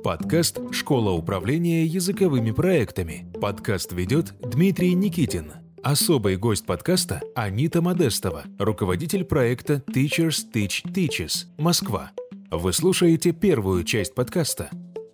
Подкаст «Школа управления языковыми проектами». Подкаст ведет Дмитрий Никитин. Особый гость подкаста – Анита Модестова, руководитель проекта Teachers Teach Teaches, Москва. Вы слушаете первую часть подкаста.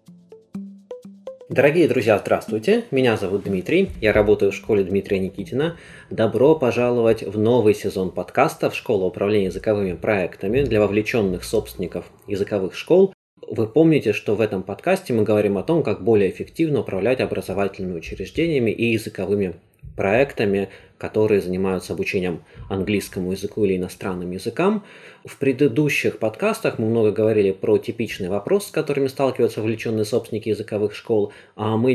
Дорогие друзья, здравствуйте. Меня зовут Дмитрий. Я работаю в школе Дмитрия Никитина. Добро пожаловать в новый сезон подкастов «Школа управления языковыми проектами» для вовлеченных собственников языковых школ. Вы помните, что в этом подкасте мы говорим о том, как более эффективно управлять образовательными учреждениями и языковыми проектами, которые занимаются обучением английскому языку или иностранным языкам. В предыдущих подкастах мы много говорили про типичный вопрос, с которыми сталкиваются вовлеченные собственники языковых школ, а мы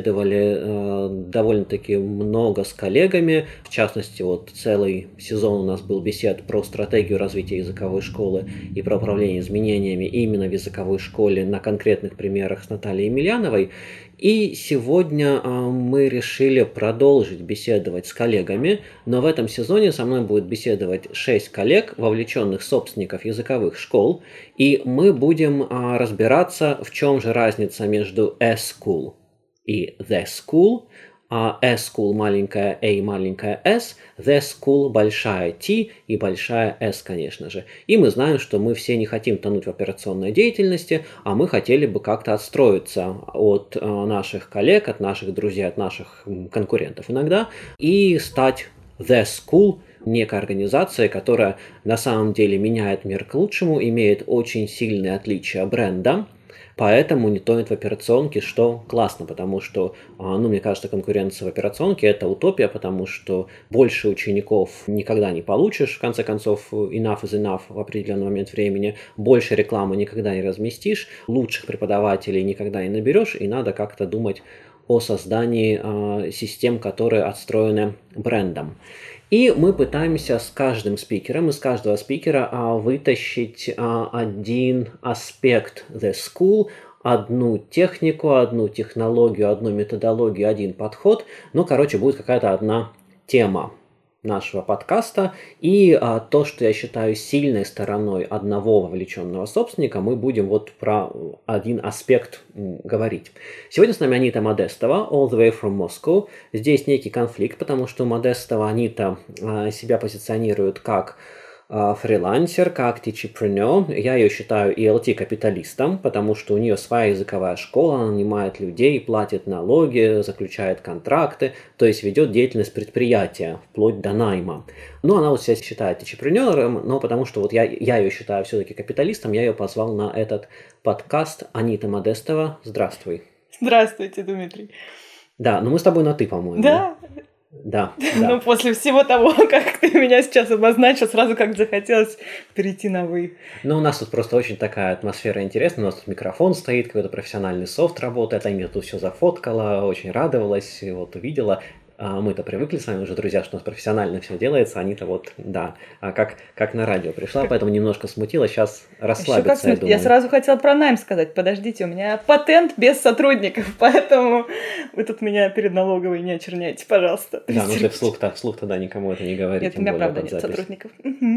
беседовали довольно-таки много с коллегами. В частности, вот целый сезон у нас был бесед про стратегию развития языковой школы и про управление изменениями именно в языковой школе на конкретных примерах с Натальей Емельяновой. И сегодня мы решили продолжить беседовать с коллегами, но в этом сезоне со мной будет беседовать 6 коллег, вовлеченных собственников языковых школ, и мы будем разбираться, в чем же разница между a school и the school. A school маленькая a, маленькая s, the school большая T и большая S, конечно же. И мы знаем, что мы все не хотим тонуть в операционной деятельности, а мы хотели бы как-то отстроиться от наших коллег, от наших друзей, от наших конкурентов иногда и стать the school, некая организация, которая на самом деле меняет мир к лучшему, имеет очень сильные отличия бренда. Поэтому не тонет в операционке, что классно, потому что, мне кажется, конкуренция в операционке – это утопия, потому что больше учеников никогда не получишь, в конце концов, enough is enough в определенный момент времени, больше рекламы никогда не разместишь, лучших преподавателей никогда не наберешь, и надо как-то думать о создании систем, которые отстроены брендом. И мы пытаемся с каждым спикером, из каждого спикера вытащить один аспект the school, одну технику, одну технологию, одну методологию, один подход. Будет какая-то одна тема нашего подкаста. И то, что я считаю сильной стороной одного вовлеченного собственника, мы будем вот про один аспект говорить. Сегодня с нами Анита Модестова, all the way from Moscow. Здесь некий конфликт, потому что Модестова Анита себя позиционирует как фрилансер, как teacherpreneur. Я ее считаю ELT-капиталистом, потому что у нее своя языковая школа, она нанимает людей, платит налоги, заключает контракты, то есть ведет деятельность предприятия, вплоть до найма. Но она вот себя считает teacherpreneur, но потому что вот я ее считаю все-таки капиталистом, я ее позвал на этот подкаст. Анита Модестова, здравствуй. Здравствуйте, Дмитрий. Да, но мы с тобой на «ты», по-моему. Да. Да. Ну, после всего того, как ты меня сейчас обозначил, сразу как захотелось перейти на «вы». Ну, у нас тут просто очень такая атмосфера интересная. У нас тут микрофон стоит, какой-то профессиональный софт работает. Анита тут все зафоткала, очень радовалась, вот увидела. Мы-то привыкли с вами уже, друзья, что у нас профессионально все делается. Анита вот, да, как на радио пришла, поэтому немножко смутила. Сейчас расслабится, я думаю. Я сразу хотела про найм сказать. Подождите, у меня патент без сотрудников, поэтому вы тут меня перед налоговой не очерняйте, пожалуйста. Да, ну ты вслух тогда никому это не говори. Нет, у меня правда нет сотрудников.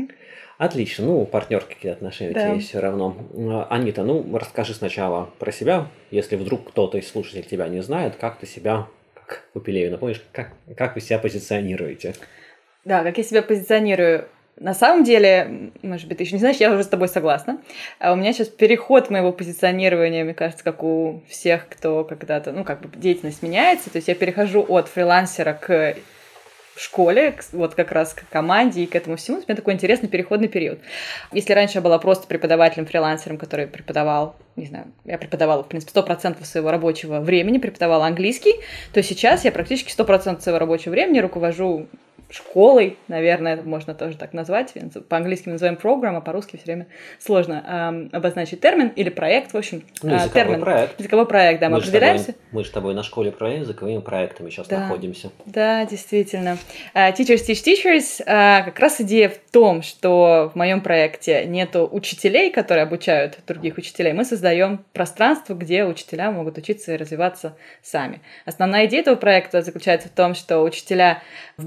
Отлично, партнерские какие-то отношения у тебя есть все равно. Анита, расскажи сначала про себя, если вдруг кто-то из слушателей тебя не знает, как ты себя... По Пелевину, помнишь, как вы себя позиционируете? Да, как я себя позиционирую. На самом деле, может быть, ты еще не знаешь, я уже с тобой согласна. У меня сейчас переход моего позиционирования, мне кажется, как у всех, кто когда-то, деятельность меняется. То есть я перехожу от фрилансера к школе, вот как раз к команде и к этому всему. У меня такой интересный переходный период. Если раньше я была просто преподавателем-фрилансером, который преподавал, я преподавала, в принципе, 100% своего рабочего времени, преподавала английский, то сейчас я практически 100% своего рабочего времени руковожу школой, наверное, можно тоже так назвать. По-английски мы называем program, а по-русски все время сложно обозначить термин или проект, в общем. Языковой проект. Языковой проект, да, мы определяемся. Мы же с тобой на школе про языковыми проектами сейчас находимся. Да, действительно. Teachers Teach Teachers, как раз идея в том, что в моем проекте нету учителей, которые обучают других учителей. Мы создаем пространство, где учителя могут учиться и развиваться сами. Основная идея этого проекта заключается в том, что учителя в группах,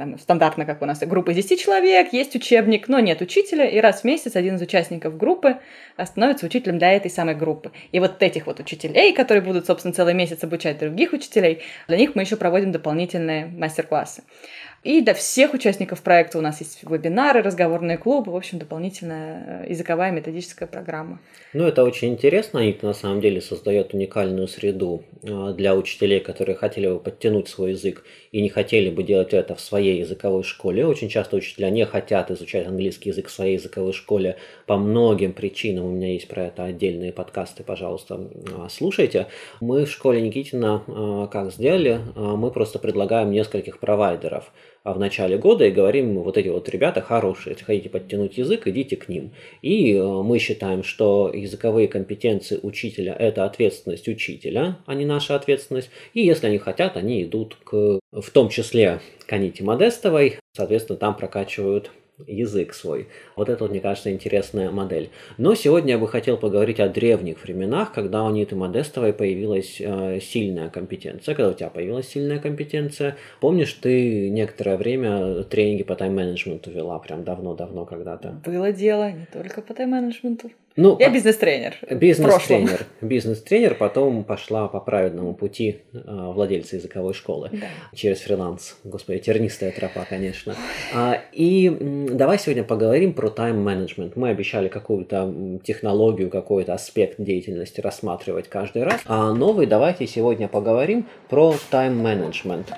там стандартно, как у нас, группа из 10 человек, есть учебник, но нет учителя, и раз в месяц один из участников группы становится учителем для этой самой группы. И вот этих вот учителей, которые будут, собственно, целый месяц обучать других учителей, для них мы еще проводим дополнительные мастер-классы. И для всех участников проекта у нас есть вебинары, разговорные клубы, в общем, дополнительная языковая методическая программа. Ну, это очень интересно, и это на самом деле создает уникальную среду для учителей, которые хотели бы подтянуть свой язык и не хотели бы делать это в своей языковой школе. Очень часто учителя не хотят изучать английский язык в своей языковой школе по многим причинам. У меня есть про это отдельные подкасты, пожалуйста, слушайте. Мы в школе Никитина как сделали? Мы просто предлагаем нескольких провайдеров в начале года и говорим, вот эти вот ребята хорошие, если хотите подтянуть язык, идите к ним. И мы считаем, что языковые компетенции учителя – это ответственность учителя, а не наша ответственность. И если они хотят, они идут в том числе к Аните Модестовой, соответственно, там прокачивают язык свой. Вот это, мне кажется, интересная модель. Но сегодня я бы хотел поговорить о древних временах, когда у Аниты Модестовой появилась сильная компетенция. Когда у тебя появилась сильная компетенция. Помнишь, ты некоторое время тренинги по тайм-менеджменту вела, прям давно-давно когда-то? Было дело, не только по тайм-менеджменту. Ну, я бизнес-тренер. Бизнес-тренер, потом пошла по праведному пути владельца языковой школы. Да. Через фриланс. Господи, тернистая тропа, конечно. И давай сегодня поговорим про тайм-менеджмент. Мы обещали какую-то технологию, какой-то аспект деятельности рассматривать каждый раз. А новый давайте сегодня поговорим про тайм-менеджмент.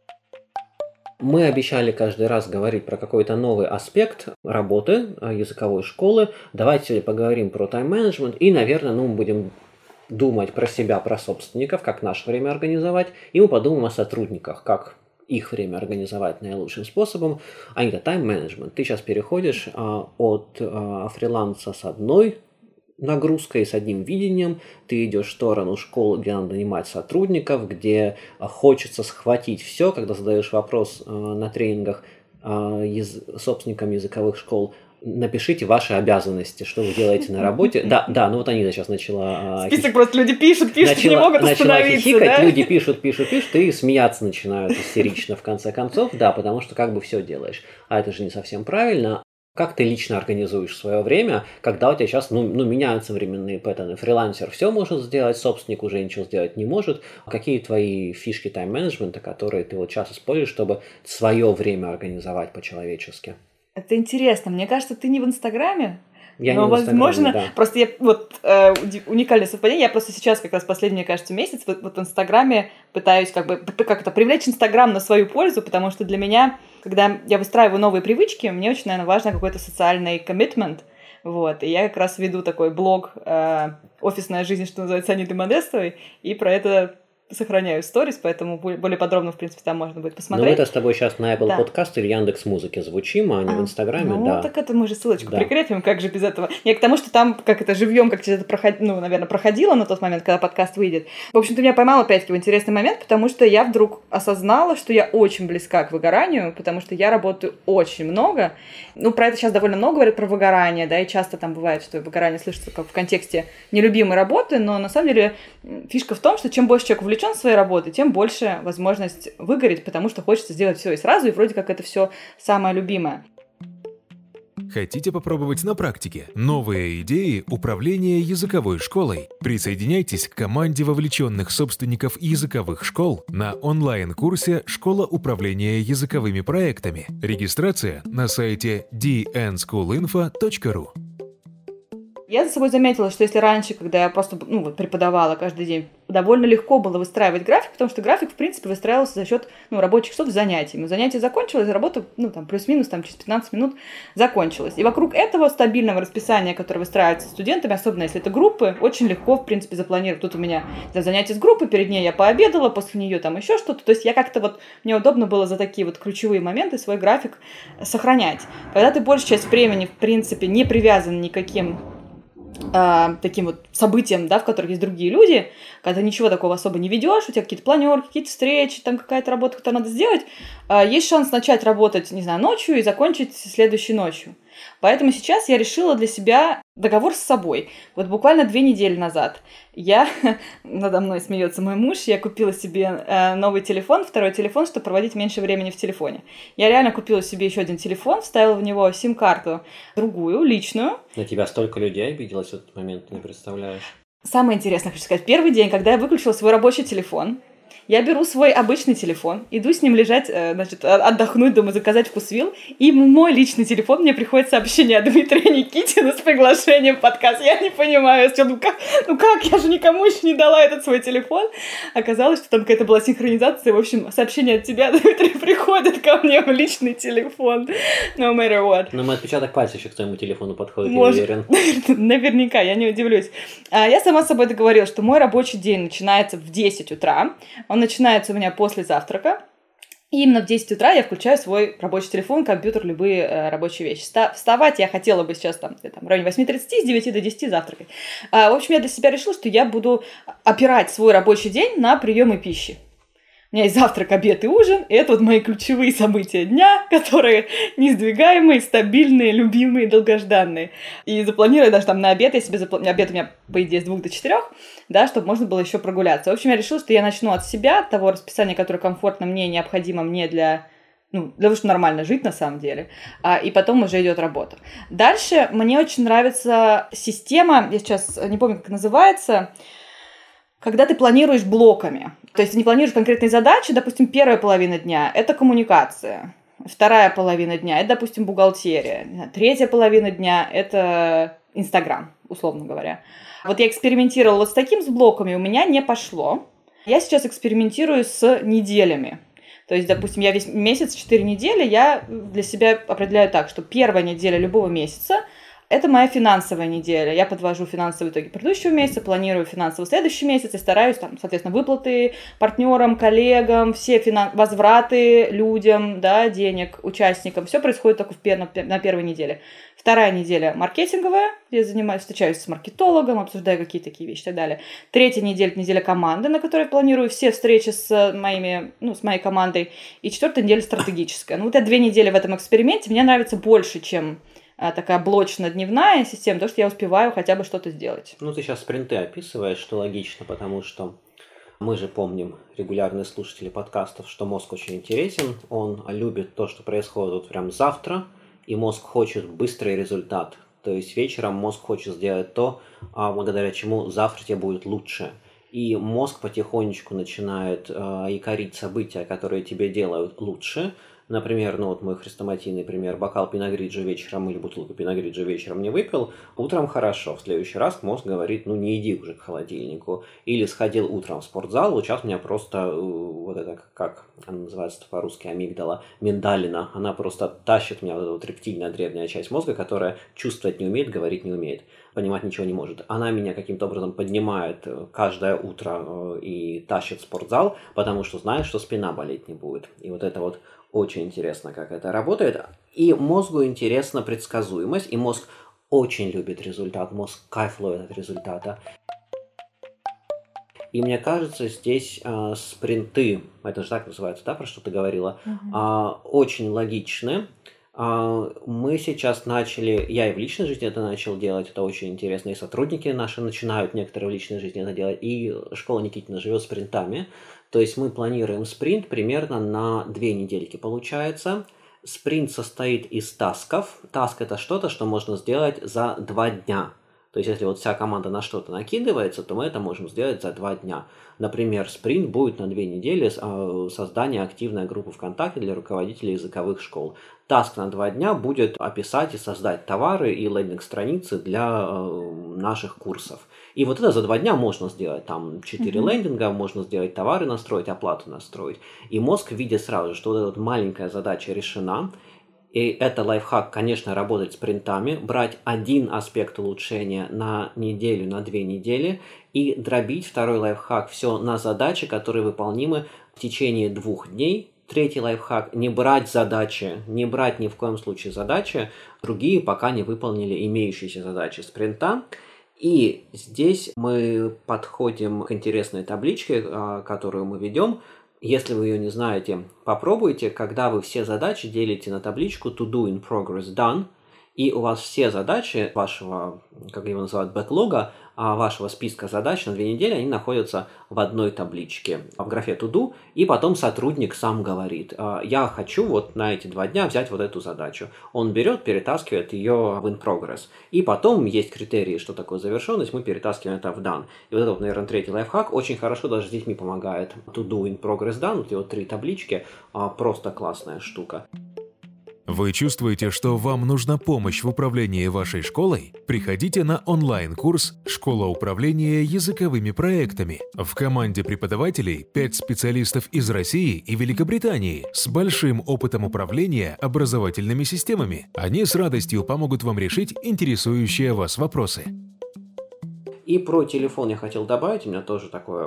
Мы обещали каждый раз говорить про какой-то новый аспект работы языковой школы. Давайте сегодня поговорим про тайм-менеджмент и, наверное, мы будем думать про себя, про собственников, как наше время организовать, и мы подумаем о сотрудниках, как их время организовать наилучшим способом. Анита, тайм-менеджмент. Ты сейчас переходишь от фриланса с одной нагрузкой, с одним видением, ты идешь в сторону школы, где надо нанимать сотрудников, где хочется схватить все, когда задаешь вопрос на тренингах собственникам языковых школ, напишите ваши обязанности, что вы делаете на работе. Да, ну вот Анита сейчас начала... Список просто люди пишут, не могут остановиться. Начала хихикать, да? Люди пишут, и смеяться начинают истерично в конце концов, да, потому что как бы все делаешь. А это же не совсем правильно. Как ты лично организуешь свое время, когда у тебя сейчас меняются временные паттерны? Фрилансер все может сделать, собственник уже ничего сделать не может. Какие твои фишки тайм-менеджмента, которые ты вот сейчас используешь, чтобы свое время организовать по-человечески? Это интересно. Мне кажется, ты не в Инстаграме. Я но, не возможно, да. Просто я уникальное совпадение. Я просто сейчас, как раз последний, мне кажется, месяц вот в Инстаграме пытаюсь привлечь Инстаграм на свою пользу, потому что для меня, когда я выстраиваю новые привычки, мне очень, наверное, важно какой-то социальный коммитмент. Вот. И я как раз веду такой блог «Офисная жизнь», что называется, Аниты Модестовой, и про это сохраняю сторис, поэтому более подробно, в принципе, там можно будет посмотреть. Но мы-то с тобой сейчас на Apple Podcast или Яндекс.Музыке звучим, а не в Инстаграме, да. Так это мы же ссылочку прикрепим, как же без этого. Не к тому, что там как это живьем, как через это проходило на тот момент, когда подкаст выйдет. В общем, ты меня поймал опять-таки в интересный момент, потому что я вдруг осознала, что я очень близка к выгоранию, потому что я работаю очень много. Про это сейчас довольно много говорят, про выгорание, да, и часто там бывает, что выгорание слышится как в контексте нелюбимой работы, но на самом деле фишка в том, что чем больше человек увлечен своей работой, тем больше возможность выгореть, потому что хочется сделать все и сразу, и вроде как это все самое любимое. Хотите попробовать на практике новые идеи управления языковой школой? Присоединяйтесь к команде вовлеченных собственников языковых школ на онлайн-курсе «Школа управления языковыми проектами». Регистрация на сайте dnschoolinfo.ru. Я за собой заметила, что если раньше, когда я просто преподавала каждый день, довольно легко было выстраивать график, потому что график, в принципе, выстраивался за счет рабочих часов занятий. Занятие закончилось, работа плюс-минус через 15 минут закончилась. И вокруг этого стабильного расписания, которое выстраивается студентами, особенно если это группы, очень легко, в принципе, запланировать. Тут у меня занятие с группой, перед ней я пообедала, после нее там еще что-то. То есть я как-то мне удобно было за такие ключевые моменты свой график сохранять. Когда ты большую часть времени, в принципе, не привязан никаким таким событиям, да, в которых есть другие люди, когда ты ничего такого особо не ведешь, у тебя какие-то планерки, какие-то встречи, там какая-то работа, которую надо сделать, есть шанс начать работать, ночью и закончить следующей ночью. Поэтому сейчас я решила для себя Договор с собой. Вот буквально 2 недели назад надо мной смеется мой муж, я купила себе новый телефон, второй телефон, чтобы проводить меньше времени в телефоне. Я реально купила себе еще один телефон, вставила в него сим-карту другую, личную. На тебя столько людей обиделось в этот момент, ты не представляешь. Самое интересное, хочу сказать, первый день, когда я выключила свой рабочий телефон, я беру свой обычный телефон, иду с ним лежать, отдохнуть, думаю, заказать вкусвилл, и в мой личный телефон мне приходит сообщение от Дмитрия Никитина с приглашением в подкаст. Я не понимаю, как, я же никому еще не дала этот свой телефон. Оказалось, что там какая-то была синхронизация, в общем, сообщение от тебя, Дмитрий, приходит ко мне в личный телефон, no matter what. Но мой отпечаток пальца еще к твоему телефону подходит, Может, я уверен. Наверняка, я не удивлюсь. Я сама с собой договорилась, что мой рабочий день начинается в 10 утра. Он начинается у меня после завтрака. И именно в 10 утра я включаю свой рабочий телефон, компьютер, любые рабочие вещи. Вставать я хотела бы сейчас в районе 8:30, с 9 до 10 завтракать. В общем, я для себя решила, что я буду опирать свой рабочий день на приемы пищи. У меня есть завтрак, обед и ужин, и это вот мои ключевые события дня, которые несдвигаемые, стабильные, любимые, долгожданные. И запланирую даже там на обед, обед у меня, по идее, с 2 до 4, да, чтобы можно было еще прогуляться. В общем, я решила, что я начну от себя, от того расписания, которое комфортно мне, необходимо мне для того, чтобы нормально жить на самом деле, и потом уже идет работа. Дальше мне очень нравится система, я сейчас не помню, как называется, когда ты планируешь блоками. То есть ты не планируешь конкретные задачи, допустим, первая половина дня – это коммуникация, вторая половина дня – это, допустим, бухгалтерия, третья половина дня – это Инстаграм, условно говоря. Вот я экспериментировала вот с таким с блоками, у меня не пошло. Я сейчас экспериментирую с неделями. То есть, допустим, я весь месяц, 4 недели, я для себя определяю так, что первая неделя любого месяца – это моя финансовая неделя. Я подвожу финансовые итоги предыдущего месяца, планирую финансовый следующий месяц и стараюсь, соответственно, выплаты партнерам, коллегам, все возвраты людям, да, денег, участникам. Все происходит только на первой неделе. Вторая неделя маркетинговая, я встречаюсь с маркетологом, обсуждаю какие-то такие вещи и так далее. Третья неделя – неделя команды, на которой планирую все встречи с моей командой. И четвертая неделя стратегическая. Вот я 2 недели в этом эксперименте. Мне нравится больше, чем такая блочно-дневная система, то, что я успеваю хотя бы что-то сделать. Ты сейчас спринты описываешь, что логично, потому что мы же помним, регулярные слушатели подкастов, что мозг очень интересен, он любит то, что происходит вот прям завтра, и мозг хочет быстрый результат. То есть вечером мозг хочет сделать то, благодаря чему завтра тебе будет лучше. И мозг потихонечку начинает якорить события, которые тебе делают лучше. Например, мой хрестоматийный пример, бокал пино-гриджо вечером или бутылку пино-гриджо вечером не выпил, утром хорошо, в следующий раз мозг говорит, не иди уже к холодильнику. Или сходил утром в спортзал, вот сейчас у меня просто, вот это, как она называется по-русски, амигдала, миндалина, она просто тащит меня, вот эта вот рептильная древняя часть мозга, которая чувствовать не умеет, говорить не умеет, понимать ничего не может. Она меня каким-то образом поднимает каждое утро и тащит в спортзал, потому что знает, что спина болеть не будет. И вот это вот очень интересно, как это работает. И мозгу интересна предсказуемость, и мозг очень любит результат, мозг кайф ловит от результата. И мне кажется, здесь спринты, это же так называется, да, про что ты говорила, очень логичны. Мы сейчас начали, я и в личной жизни это начал делать, это очень интересно, и сотрудники наши начинают некоторые в личной жизни это делать, и школа Никитина живет спринтами. То есть мы планируем спринт примерно на 2 недельки получается. Спринт состоит из тасков. Таск – это что-то, что можно сделать за 2 дня. То есть если вот вся команда на что-то накидывается, то мы это можем сделать за 2 дня. Например, спринт будет на 2 недели создания активной группы ВКонтакте для руководителей языковых школ. Таск на 2 дня будет описать и создать товары и лендинг-страницы для наших курсов. И вот это за 2 дня можно сделать. Там 4 лендинга, можно сделать товары, настроить, оплату настроить. И мозг видит сразу, что вот эта вот маленькая задача решена. И это лайфхак, конечно, работать спринтами, брать один аспект улучшения на неделю, на 2 недели и дробить второй лайфхак все на задачи, которые выполнимы в течение 2 дней. Третий лайфхак – не брать задачи, не брать ни в коем случае задачи, другие пока не выполнили имеющиеся задачи спринта. И здесь мы подходим к интересной табличке, которую мы ведем. Если вы ее не знаете, попробуйте, когда вы все задачи делите на табличку To Do in Progress Done, и у вас все задачи вашего, как его называют, бэклога, вашего списка задач на 2 недели, они находятся в одной табличке в графе To Do, и потом сотрудник сам говорит: я хочу вот на эти 2 дня взять вот эту задачу. Он берет, перетаскивает ее в In Progress. И потом есть критерии, что такое завершенность, мы перетаскиваем это в Done. И вот это, наверное, третий лайфхак очень хорошо даже с детьми помогает. To Do, In Progress, Done, вот эти вот 3 таблички, просто классная штука. Вы чувствуете, что вам нужна помощь в управлении вашей школой? Приходите на онлайн-курс «Школа управления языковыми проектами». В команде преподавателей 5 специалистов из России и Великобритании с большим опытом управления образовательными системами. Они с радостью помогут вам решить интересующие вас вопросы. И про телефон я хотел добавить, у меня тоже такое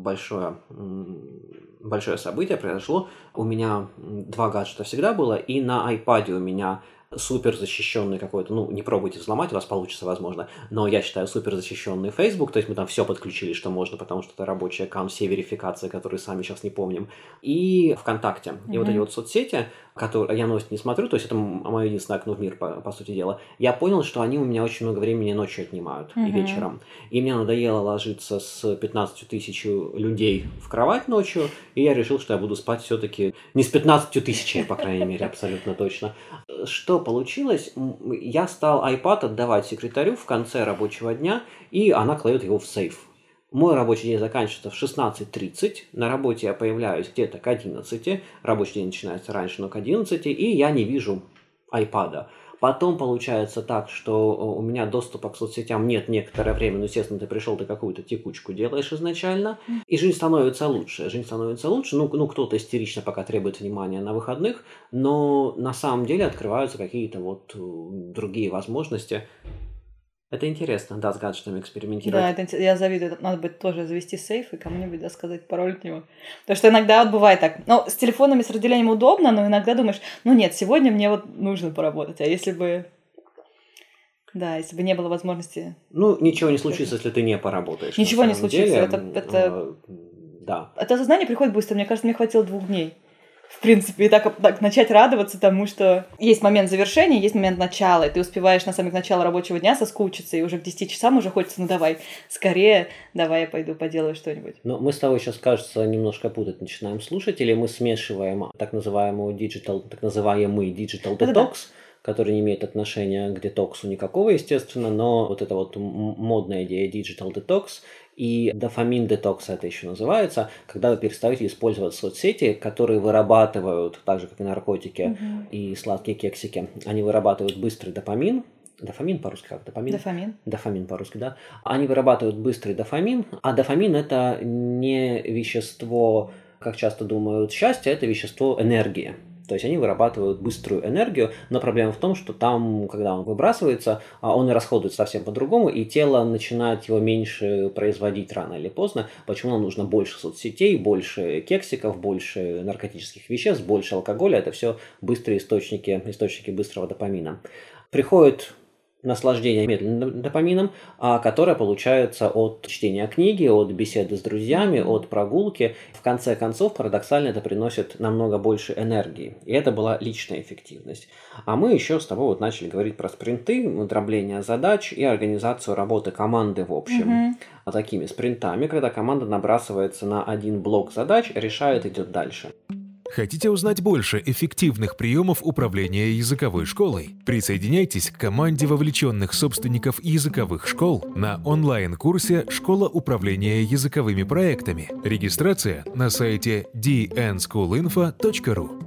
большое событие произошло. У меня 2 гаджета всегда было, и на iPad у меня супер защищенный какой-то, не пробуйте взломать, у вас получится, возможно, но я считаю супер защищенный Facebook, то есть мы там все подключили, что можно, потому что это рабочий аккаунт, все верификации, которые сами сейчас не помним, и ВКонтакте. И вот эти вот соцсети, которые я новости не смотрю, то есть это мое единственное окно в мир, по сути дела, я понял, что они у меня очень много времени ночью отнимают и вечером. И мне надоело ложиться с 15 тысячами людей в кровать ночью, и я решил, что я буду спать все-таки не с 15 тысячами, по крайней мере, абсолютно точно. Что получилось? Я стал iPad отдавать секретарю в конце рабочего дня, и она кладет его в сейф. Мой рабочий день заканчивается в 16:30, на работе я появляюсь где-то к 11, рабочий день начинается раньше, но к 11, и я не вижу iPad. Потом получается так, что у меня доступа к соцсетям нет некоторое время, но, естественно, ты пришел, ты какую-то текучку делаешь изначально, и жизнь становится лучше. Кто-то истерично пока требует внимания на выходных, но на самом деле открываются какие-то вот другие возможности. Это интересно, да, с гаджетами экспериментировать. Да, я завидую. Надо будет тоже завести сейф и кому-нибудь сказать пароль от него. Потому что иногда вот бывает так. С телефонами, с разделением удобно, но иногда думаешь, нет, сегодня мне вот нужно поработать. А если бы не было возможности... ничего не случится, если ты не поработаешь. Ничего не случится. Да. Это осознание приходит быстро. Мне кажется, мне хватило 2 дней. В принципе, и так начать радоваться тому, что есть момент завершения, есть момент начала, и ты успеваешь на самом начале рабочего дня соскучиться, и уже к 10 часам уже хочется, давай, скорее, давай я пойду поделаю что-нибудь. Мы с тобой сейчас, кажется, немножко путать начинаем слушателей, мы смешиваем так называемый digital detox, который не имеет отношения к детоксу никакого, естественно, но вот эта вот модная идея digital detox и дофамин детокс это еще называется, когда вы перестаете использовать соцсети, которые вырабатывают, так же как и наркотики и сладкие кексики, они вырабатывают быстрый допамин. Дофамин по-русски как? Дофамин? Дофамин по-русски, да. Они вырабатывают быстрый дофамин, а дофамин это не вещество, как часто думают, счастья, это вещество энергии. То есть они вырабатывают быструю энергию, но проблема в том, что там, когда он выбрасывается, он и расходуется совсем по-другому, и тело начинает его меньше производить рано или поздно. Почему нам нужно больше соцсетей, больше кексиков, больше наркотических веществ, больше алкоголя? Это все быстрые источники быстрого допамина. Приходит наслаждение медленным допамином, которое получается от чтения книги, от беседы с друзьями, от прогулки. В конце концов, парадоксально, это приносит намного больше энергии. И это была личная эффективность. А мы еще с тобой начали говорить про спринты, дробление задач и организацию работы команды в общем. Такими спринтами, когда команда набрасывается на один блок задач, решает, идет дальше. Хотите узнать больше эффективных приемов управления языковой школой? Присоединяйтесь к команде вовлеченных собственников языковых школ на онлайн-курсе «Школа управления языковыми проектами». Регистрация на сайте dnschoolinfo.ru.